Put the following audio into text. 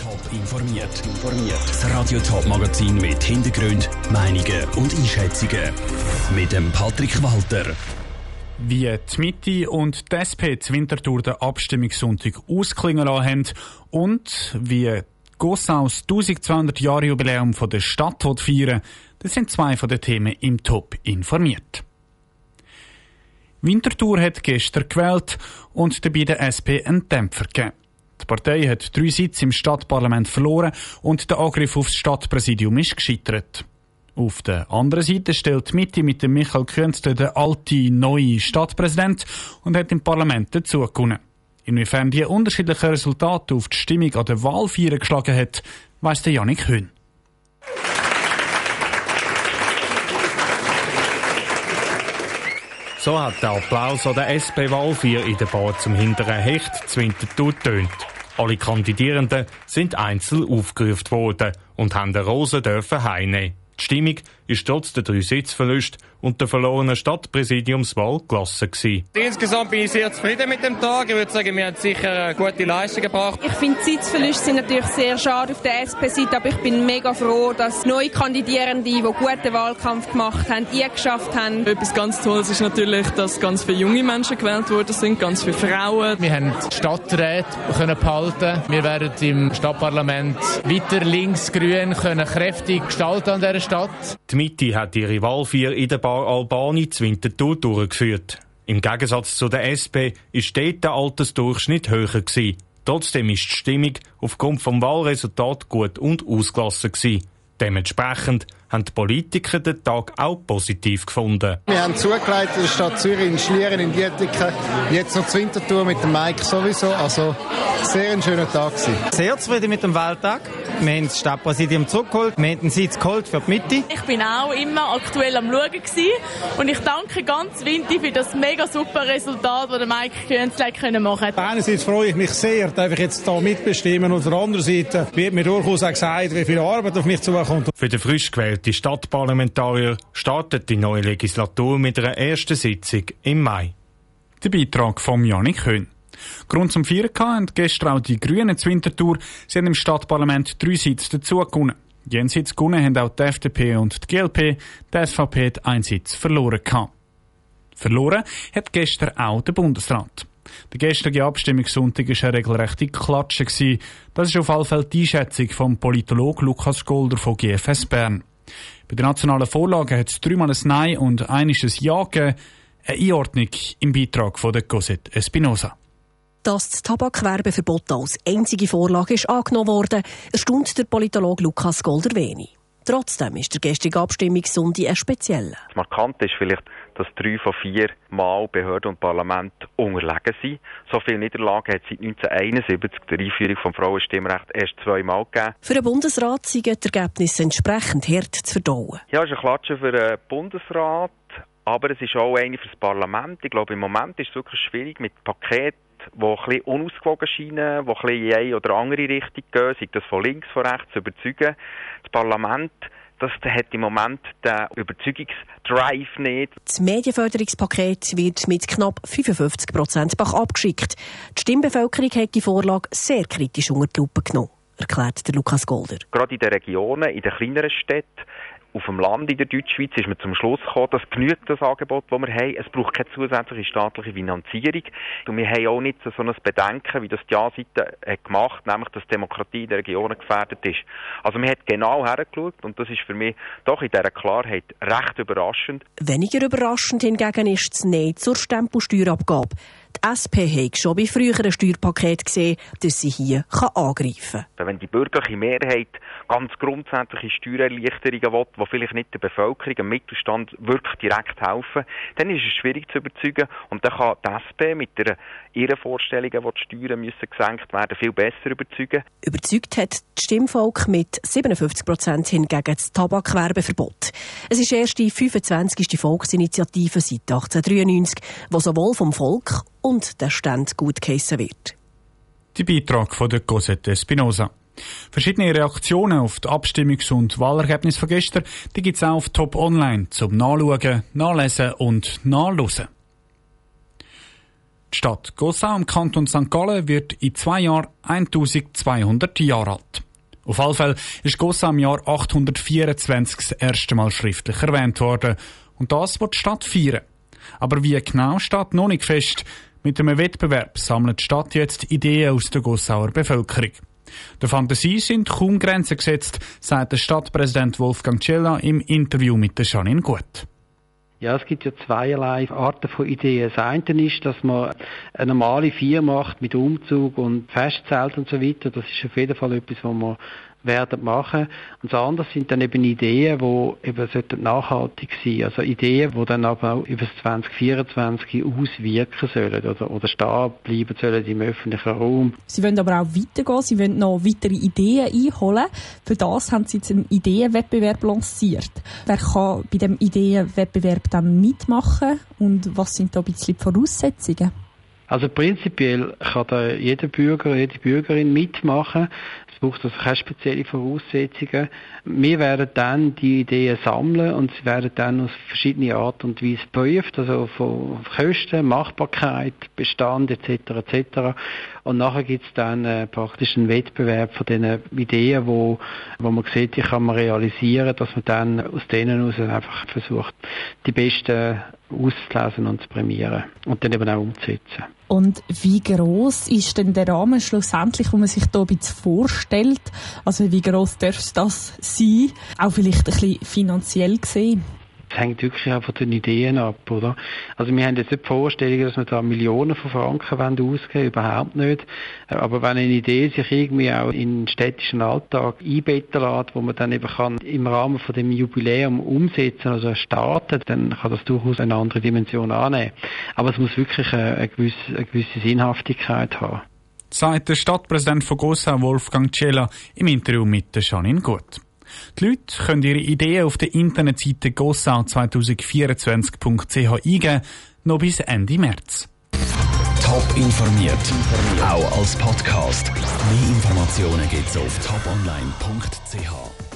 Top informiert. Das Radio Top Magazin mit Hintergrund, Meinungen und Einschätzungen. Mit dem Patrick Walter. Wie die Mitte und die SP zu Winterthur den Abstimmungssonntag ausklingen lassen haben und wie Gossaus 1200-Jahre-Jubiläum der Stadt feiern, das sind zwei von den Themen im Top informiert. Winterthur hat gestern gewählt und dabei der SP einen Dämpfer gegeben. Die Partei hat 3 Sitze im Stadtparlament verloren und der Angriff aufs Stadtpräsidium ist gescheitert. Auf der anderen Seite stellt die Mitte mit dem Michael Künste den alten, neuen Stadtpräsident und hat im Parlament dazu gewonnen. Inwiefern die unterschiedlichen Resultate auf die Stimmung an der Wahlfeier geschlagen hat, weiss der Jannik Höhn. So hat der Applaus an der SP-Wahlfeier in der Bar zum hinteren Hecht zu Winterthur getönt. Alle Kandidierenden sind einzeln aufgerufen worden und haben eine Rose heimnehmen. Die Stimmung war trotz der 3 Sitzverluste und der verlorenen Stadtpräsidiumswahl gelassen gewesen. Insgesamt bin ich sehr zufrieden mit dem Tag. Ich würde sagen, wir haben sicher eine gute Leistung gebracht. Ich finde, die Sitzverluste sind natürlich sehr schade auf der SP-Seite, aber ich bin mega froh, dass neue Kandidierende, die guten Wahlkampf gemacht haben, geschafft haben. Etwas ganz Tolles ist natürlich, dass ganz viele junge Menschen gewählt worden sind, ganz viele Frauen. Wir haben die Stadträte behalten. Wir werden im Stadtparlament weiter links-grün kräftig gestalten an dieser Stadt. Die Mitte hat ihre Wahlfeier in der Bar Albani zu Winterthur durchgeführt. Im Gegensatz zu der SP ist dort der Altersdurchschnitt höher gewesen. Trotzdem ist die Stimmung aufgrund vom Wahlresultat gut und ausgelassen gewesen. Dementsprechend haben die Politiker den Tag auch positiv gefunden. Wir haben zugelegt in der Stadt Zürich, in Schlieren, in Dietliken, jetzt noch zu Winterthur mit dem Mike sowieso. Also sehr ein schöner Tag gewesen. Sehr zufrieden mit dem Wahltag. Wir haben das Stadtpräsidium zurückgeholt, wir haben den Sitz geholt für die Mitte. Ich bin auch immer aktuell am Schauen gewesen und ich danke ganz Winti für das mega super Resultat, das Mike Künzle machen konnte. Einerseits freue ich mich sehr, darf ich jetzt hier mitbestimmen, und auf der anderen Seite wird mir durchaus auch gesagt, wie viel Arbeit auf mich zukommt. Für den frisch gewählten Stadtparlamentarier startet die neue Legislatur mit einer ersten Sitzung im Mai. Der Beitrag von Jannik Höhn. Grund zum Feiern haben gestern auch die Grünen zu Winterthur. Sie haben im Stadtparlament 3 Sitze dazu gewonnen. Die einen Sitz gewonnen haben auch die FDP und die GLP. Die SVP hat einen Sitz verloren gehabt. Verloren hat gestern auch der Bundesrat. Der gestrige Abstimmungssonntag war eine regelrechte Klatsche. Das ist auf alle Fälle die Einschätzung vom Politologen Lukas Golder von GFS Bern. Bei der nationalen Vorlage hat es 3-mal ein Nein und eines ein Ja gegeben. Eine Einordnung im Beitrag von der Cosette Espinosa. Dass das Tabakwerbeverbot als einzige Vorlage ist angenommen wurde, erstaunt der Politologe Lukas Golder wenig. Trotzdem ist der gestrige Abstimmungssonntag ein spezieller. Das Markante ist vielleicht, dass 3 von 4 Mal Behörden und Parlament unterlegen sind. So viele Niederlagen hat es seit 1971, der Einführung des Frauenstimmrechts, erst 2 Mal gegeben. Für den Bundesrat sind die Ergebnisse entsprechend hart zu verdauen. Ja, es ist eine Klatsche für den Bundesrat, aber es ist auch eine für das Parlament. Ich glaube, im Moment ist es wirklich schwierig mit Paketen, die ein bisschen unausgewogen scheinen, die ein bisschen in eine oder andere Richtung gehen, sei das von links, von rechts, zu überzeugen. Das Parlament, das hat im Moment den Überzeugungsdrive nicht. Das Medienförderungspaket wird mit knapp 55% Bach abgeschickt. Die Stimmbevölkerung hat die Vorlage sehr kritisch unter die Lupe genommen, erklärt der Lukas Golder. Gerade in den Regionen, in den kleineren Städten, auf dem Land in der Deutschschweiz ist man zum Schluss gekommen, dass genügt das Angebot, das wir haben. Es braucht keine zusätzliche staatliche Finanzierung. Und wir haben auch nicht so ein Bedenken, wie das die A-Seite hat gemacht, nämlich, dass die Demokratie in den Regionen gefährdet ist. Also man hat genau hergeschaut und das ist für mich doch in dieser Klarheit recht überraschend. Weniger überraschend hingegen ist das Nein zur Stempelsteuerabgabe. Die SP hat schon bei früheren Steuerpaketen gesehen, dass sie hier angreifen kann. Wenn die bürgerliche Mehrheit ganz grundsätzliche Steuererleichterungen will, die vielleicht nicht der Bevölkerung, dem Mittelstand wirklich direkt helfen, dann ist es schwierig zu überzeugen. Und dann kann die SP mit ihren Vorstellungen, wo die Steuern müssen gesenkt werden, viel besser überzeugen. Überzeugt hat das Stimmvolk mit 57% hingegen das Tabakwerbeverbot. Es ist erst die 25. Volksinitiative seit 1893, die sowohl vom Volk und der Stand gut geheissen wird. Die Beitrag von der Cosette Espinosa. Verschiedene Reaktionen auf die Abstimmungs- und Wahlergebnisse von gestern gibt es auch auf Top Online zum Nachschauen, Nachlesen und Nachhören. Die Stadt Gossau im Kanton St. Gallen wird in 2 Jahren 1200 Jahre alt. Auf alle Fälle ist Gossau im Jahr 824 das erste Mal schriftlich erwähnt worden. Und das wird die Stadt feiern. Aber wie genau steht noch nicht fest. Mit einem Wettbewerb sammelt die Stadt jetzt Ideen aus der Gossauer Bevölkerung. Der Fantasie sind kaum Grenzen gesetzt, sagt der Stadtpräsident Wolfgang Cella im Interview mit der Janine Gut. Ja, es gibt ja zweierlei Arten von Ideen. Das eine ist, dass man eine normale Feier macht mit Umzug und Festzelt und so weiter. Das ist auf jeden Fall etwas, was wir werden machen. Und das andere sind dann eben Ideen, die eben nachhaltig sein sollten. Also Ideen, die dann aber auch über das 2024 auswirken sollen oder stehen bleiben sollen im öffentlichen Raum. Sie wollen aber auch weitergehen, Sie wollen noch weitere Ideen einholen. Für das haben Sie jetzt einen Ideenwettbewerb lanciert. Wer kann bei diesem Ideenwettbewerb dann mitmachen und was sind da ein bisschen die Voraussetzungen? Also prinzipiell kann da jeder Bürger, jede Bürgerin mitmachen. Es braucht also keine speziellen Voraussetzungen. Wir werden dann die Ideen sammeln und sie werden dann aus verschiedenen Art und Weise geprüft, also von Kosten, Machbarkeit, Bestand etc. etc. Und nachher gibt es dann praktisch einen Wettbewerb von diesen Ideen, wo man sieht, die kann man realisieren, dass man dann aus denen heraus einfach versucht, die besten auszulesen und zu prämieren und dann eben auch umzusetzen. Und wie gross ist denn der Rahmen schlussendlich, wo man sich da ein bisschen vorstellt? Also wie gross darf das sein? Auch vielleicht ein bisschen finanziell gesehen? Es hängt wirklich auch von den Ideen ab, oder? Also wir haben jetzt nicht die Vorstellung, dass wir da Millionen von Franken ausgeben wollen, überhaupt nicht. Aber wenn eine Idee sich irgendwie auch in den städtischen Alltag einbetten lässt, wo man dann eben kann im Rahmen von dem Jubiläum umsetzen, also starten, dann kann das durchaus eine andere Dimension annehmen. Aber es muss wirklich eine gewisse Sinnhaftigkeit haben. Sagt der Stadtpräsident von Gossau, Wolfgang Cella, im Interview mit der Janine Gut. Die Leute können ihre Ideen auf der Internetseite gossau2024.ch eingeben, noch bis Ende März. Top informiert, auch als Podcast. Mehr Informationen gibt's auf toponline.ch.